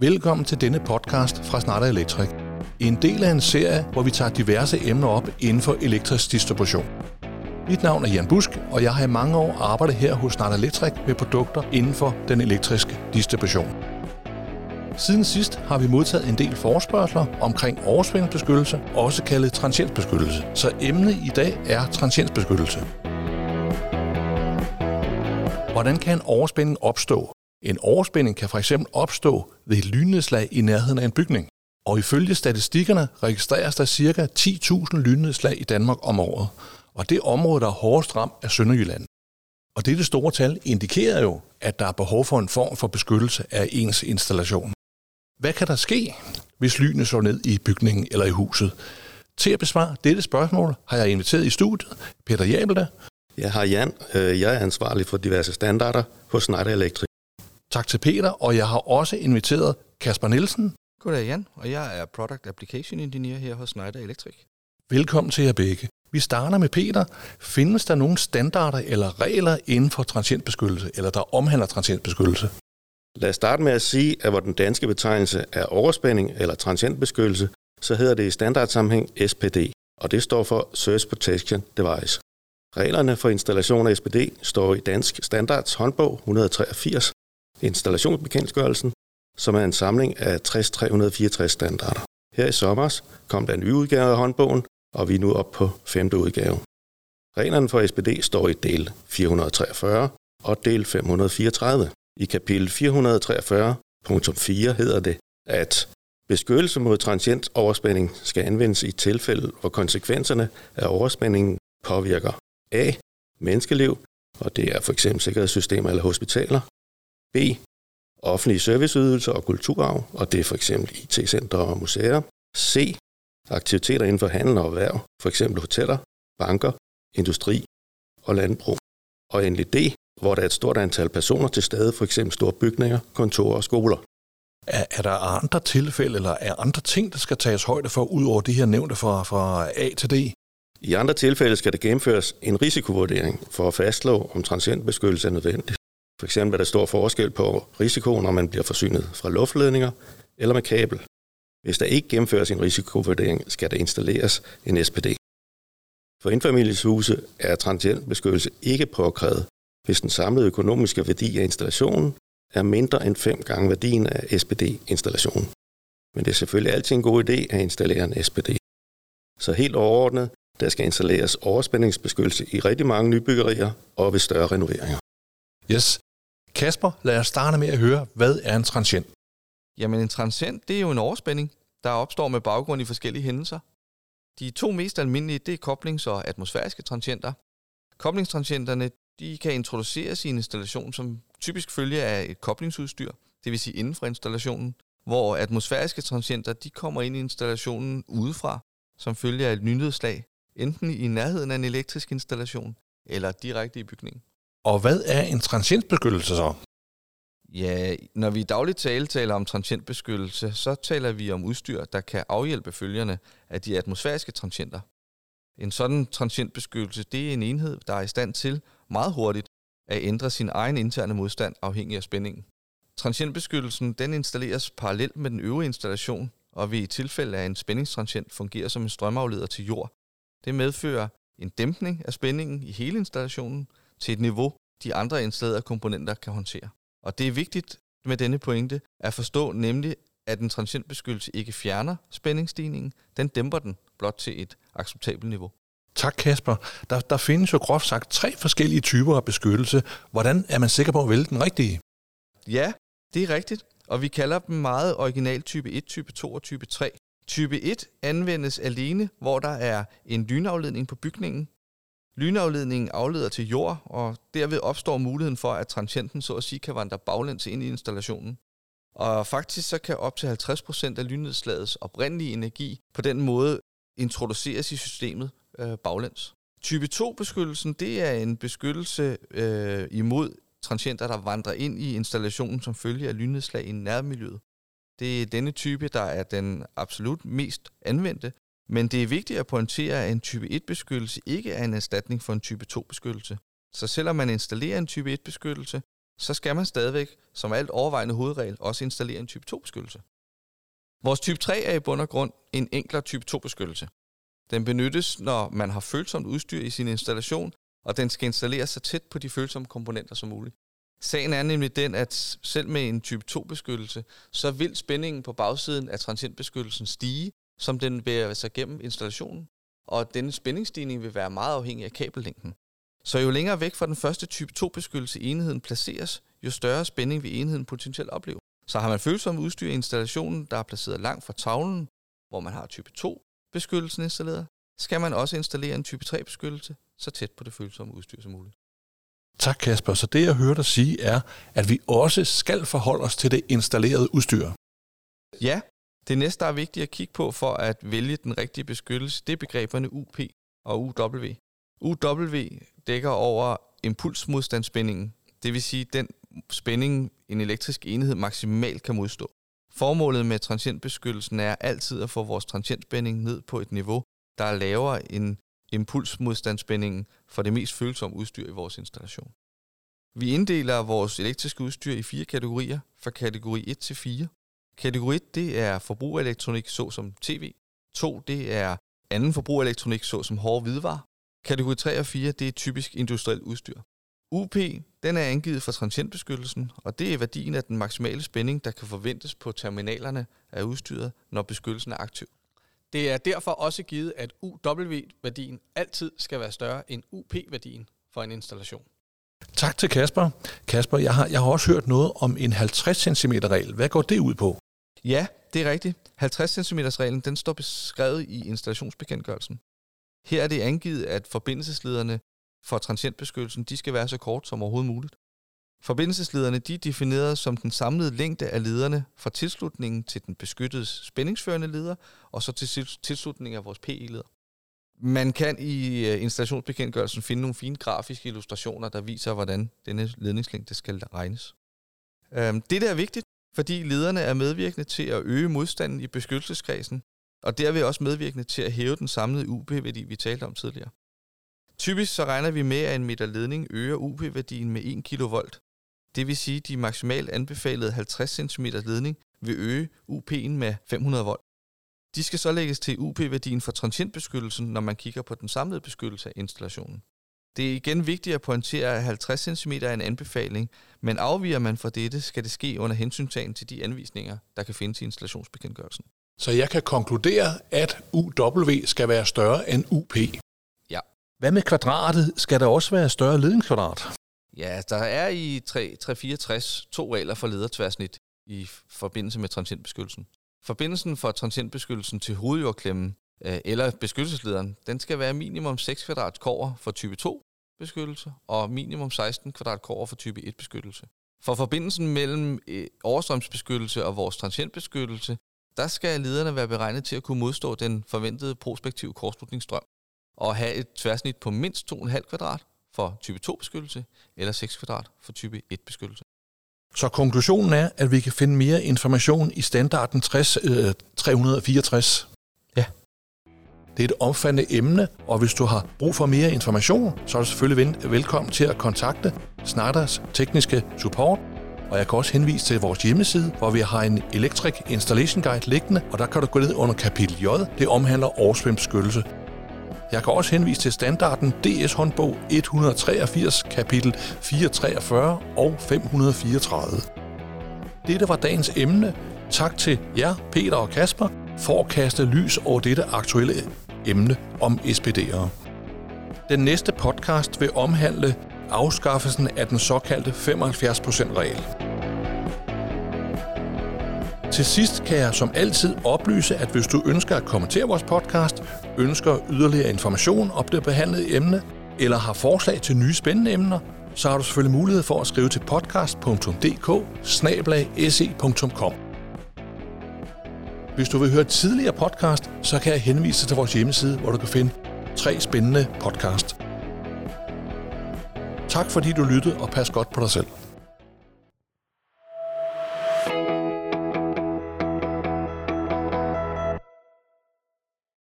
Velkommen til denne podcast fra Schneider Electric. En del af en serie, hvor vi tager diverse emner op inden for elektrisk distribution. Mit navn er Jan Busk, og jeg har i mange år arbejdet her hos Schneider Electric med produkter inden for den elektriske distribution. Siden sidst har vi modtaget en del forespørgsler omkring overspændingsbeskyttelse, også kaldet transiensbeskyttelse. Så emnet i dag er transiensbeskyttelse. Hvordan kan en overspænding opstå? En overspænding kan fx opstå ved et lynnedslag i nærheden af en bygning. Og ifølge statistikkerne registreres der ca. 10.000 lynnedslag i Danmark om året. Og det område, der er hårdest ramt, er Sønderjylland. Og dette store tal indikerer jo, at der er behov for en form for beskyttelse af ens installation. Hvad kan der ske, hvis lynet slår ned i bygningen eller i huset? Til at besvare dette spørgsmål har jeg inviteret i studiet Peter Jabelda. Jeg har Jan. Jeg er ansvarlig for diverse standarder hos Schneider Electric. Tak til Peter, og jeg har også inviteret Kasper Nielsen. Goddag Jan, og jeg er Product Application Engineer her hos Schneider Electric. Velkommen til jer begge. Vi starter med Peter. Findes der nogle standarder eller regler inden for transiensbeskyttelse, eller der omhandler transiensbeskyttelse? Lad os starte med at sige, at hvor den danske betegnelse er overspænding eller transiensbeskyttelse, så hedder det i standardsammenhæng SPD, og det står for Surge Protection Device. Reglerne for installation af SPD står i Dansk Standards håndbog 183, installationsbekendtgørelsen, som er en samling af 60.364 standarder. Her i sommer kom der en ny udgave af håndbogen, og vi er nu oppe på 5. udgave. Reglerne for SPD står i del 443 og del 534. I kapitel 443.4 hedder det, at beskyttelse mod transient overspænding skal anvendes i tilfælde, hvor konsekvenserne af overspændingen påvirker A. menneskeliv, og det er f.eks. sikkerhedssystemer eller hospitaler. B. offentlige serviceydelser og kulturarv, og det er f.eks. IT-centre og museer. C. aktiviteter inden for handel og erhverv, f.eks. hoteller, banker, industri og landbrug. Og endelig D, hvor der er et stort antal personer til stede, f.eks. store bygninger, kontorer og skoler. Er der andre tilfælde, eller er andre ting, der skal tages højde for, ud over de her nævnte fra A til D? I andre tilfælde skal der gennemføres en risikovurdering for at fastslå, om transientbeskyttelse er nødvendigt. For eksempel er der stor forskel på risikoen, når man bliver forsynet fra luftledninger eller med kabel. Hvis der ikke gennemføres en risikovurdering, skal der installeres en SPD. For enfamilieshuse er transientbeskyttelse ikke påkrævet, hvis den samlede økonomiske værdi af installationen er mindre end 5 gange værdien af SPD-installationen. Men det er selvfølgelig altid en god idé at installere en SPD. Så helt overordnet, der skal installeres overspændingsbeskyttelse i rigtig mange nybyggerier og ved større renoveringer. Yes. Kasper, lad os starte med at høre, hvad er en transient? Jamen en transient, det er jo en overspænding, der opstår med baggrund i forskellige hændelser. De to mest almindelige, det er koblings- og atmosfæriske transienter. Koblingstransienterne, de kan introduceres i en installation, som typisk følger af et koblingsudstyr, det vil sige inden for installationen, hvor atmosfæriske transienter, de kommer ind i installationen udefra, som følger af et lynnedslag, enten i nærheden af en elektrisk installation eller direkte i bygningen. Og hvad er en transientbeskyttelse så? Ja, når vi i dagligt tale taler om transientbeskyttelse, så taler vi om udstyr, der kan afhjælpe følgerne af de atmosfæriske transienter. En sådan transientbeskyttelse, det er en enhed, der er i stand til meget hurtigt at ændre sin egen interne modstand afhængig af spændingen. Transientbeskyttelsen, den installeres parallelt med den øvrige installation, og vil i tilfælde af en spændingstransient fungere som en strømafleder til jord. Det medfører en dæmpning af spændingen i hele installationen til et niveau, de andre installerede komponenter kan håndtere. Og det er vigtigt med denne pointe at forstå, nemlig at en transientbeskyttelse ikke fjerner spændingsstigningen, den dæmper den blot til et acceptabelt niveau. Tak Kasper. Der findes jo groft sagt 3 forskellige typer af beskyttelse. Hvordan er man sikker på at vælge den rigtige? Ja, det er rigtigt, og vi kalder dem meget original type 1, type 2 og type 3. Type 1 anvendes alene, hvor der er en lynafledning på bygningen. Lynafledningen afleder til jord, og derved opstår muligheden for, at transienten så at sige kan vandre baglæns ind i installationen. Og faktisk så kan op til 50% af lynnedslagets oprindelige energi på den måde introduceres i systemet baglæns. Type 2-beskyttelsen, det er en beskyttelse imod transienter, der vandrer ind i installationen som følge af lynnedslag i nærmiljøet. Det er denne type, der er den absolut mest anvendte, men det er vigtigt at pointere, at en type 1-beskyttelse ikke er en erstatning for en type 2-beskyttelse. Så selvom man installerer en type 1-beskyttelse, så skal man stadigvæk, som alt overvejende hovedregel, også installere en type 2-beskyttelse. Vores type 3 er i bund og grund en enklere type 2-beskyttelse. Den benyttes, når man har følsomt udstyr i sin installation, og den skal installeres så tæt på de følsomme komponenter som muligt. Sagen er nemlig den, at selv med en type 2-beskyttelse, så vil spændingen på bagsiden af transientbeskyttelsen stige, som den bevæger sig gennem installationen, og denne spændingsstigning vil være meget afhængig af kabellængden. Så jo længere væk fra den første type 2-beskyttelse enheden placeres, jo større spænding vil enheden potentielt opleve. Så har man følsomt udstyr i installationen, der er placeret langt fra tavlen, hvor man har type 2-beskyttelsen installeret, skal man også installere en type 3-beskyttelse så tæt på det følsomme udstyr som muligt. Tak Kasper. Så det jeg hørte dig sige er, at vi også skal forholde os til det installerede udstyr. Ja, det næste, der er vigtigt at kigge på for at vælge den rigtige beskyttelse, det er begreberne UP og UW. UW dækker over impulsmodstandsspændingen, det vil sige den spænding, en elektrisk enhed maksimalt kan modstå. Formålet med transientbeskyttelsen er altid at få vores transientspænding ned på et niveau, der er lavere end impulsmodstandsspændingen for det mest følsomme udstyr i vores installation. Vi inddeler vores elektriske udstyr i 4 kategorier, fra kategori 1 til 4. Kategori 1, det er forbrugerelektronik såsom TV. 2, det er anden forbrugerelektronik såsom hårde hvidevarer. Kategori 3 og 4, det er typisk industrielt udstyr. UP, den er angivet for transientbeskyttelsen, og det er værdien af den maksimale spænding, der kan forventes på terminalerne af udstyret, når beskyttelsen er aktiv. Det er derfor også givet, at UW-værdien altid skal være større end UP-værdien for en installation. Tak til Kasper. Kasper, jeg har også hørt noget om en 50 cm-regel. Hvad går det ud på? Ja, det er rigtigt. 50 cm-reglen den står beskrevet i installationsbekendtgørelsen. Her er det angivet, at forbindelseslederne for transientbeskyttelsen de skal være så kort som overhovedet muligt. Forbindelseslederne de er defineret som den samlede længde af lederne fra tilslutningen til den beskyttede spændingsførende leder og så til tilslutningen af vores PE-leder. Man kan i installationsbekendtgørelsen finde nogle fine grafiske illustrationer, der viser, hvordan denne ledningslængde skal regnes. Det er vigtigt, fordi lederne er medvirkende til at øge modstanden i beskyttelseskredsen, og derved også medvirkende til at hæve den samlede UP-værdi, vi talte om tidligere. Typisk så regner vi med, at en meter ledning øger UP-værdien med 1 kV. Det vil sige, at de maksimalt anbefalede 50 cm ledning vil øge UP'en med 500 volt. De skal så lægges til UP-værdien for transientbeskyttelsen, når man kigger på den samlede beskyttelse af installationen. Det er igen vigtigt at pointere, at 50 cm er en anbefaling, men afviger man fra dette, skal det ske under hensyntagen til de anvisninger, der kan findes i installationsbekendtgørelsen. Så jeg kan konkludere, at UW skal være større end UP. Ja. Hvad med kvadratet? Skal der også være større ledningskvadrat? Ja, der er i 364 2 regler for ledertværsnit i forbindelse med transientbeskyttelsen. Forbindelsen for transientbeskyttelsen til hovedjordklemmen eller beskyttelseslederen, den skal være minimum 6 kvadrat kobber for type 2 beskyttelse og minimum 16 kvadrat kobber for type 1 beskyttelse. For forbindelsen mellem overstrømsbeskyttelse og vores transientbeskyttelse, der skal lederne være beregnet til at kunne modstå den forventede prospektive kortslutningsstrøm og have et tværsnit på mindst 2,5 kvadrat for type 2 beskyttelse eller 6 kvadrat for type 1 beskyttelse. Så konklusionen er, at vi kan finde mere information i standarden 364. Ja. Det er et omfattende emne, og hvis du har brug for mere information, så er du selvfølgelig velkommen til at kontakte Schneiders tekniske support. Og jeg kan også henvise til vores hjemmeside, hvor vi har en Electric Installation Guide liggende, og der kan du gå ned under kapitel J. Det omhandler oversvømmelsesbeskyttelse. Jeg kan også henvise til standarden DS-håndbog 183, kapitel 443 og 534. Dette var dagens emne. Tak til jer, Peter og Kasper, for at kaste lys over dette aktuelle emne om SPD'ere. Den næste podcast vil omhandle afskaffelsen af den såkaldte 75%-regel. Til sidst kan jeg som altid oplyse, at hvis du ønsker at kommentere vores podcast, ønsker yderligere information om det behandlede emne, eller har forslag til nye spændende emner, så har du selvfølgelig mulighed for at skrive til podcast.dk/se.com. Hvis du vil høre tidligere podcast, så kan jeg henvise til vores hjemmeside, hvor du kan finde 3 spændende podcast. Tak fordi du lyttede, og pas godt på dig selv.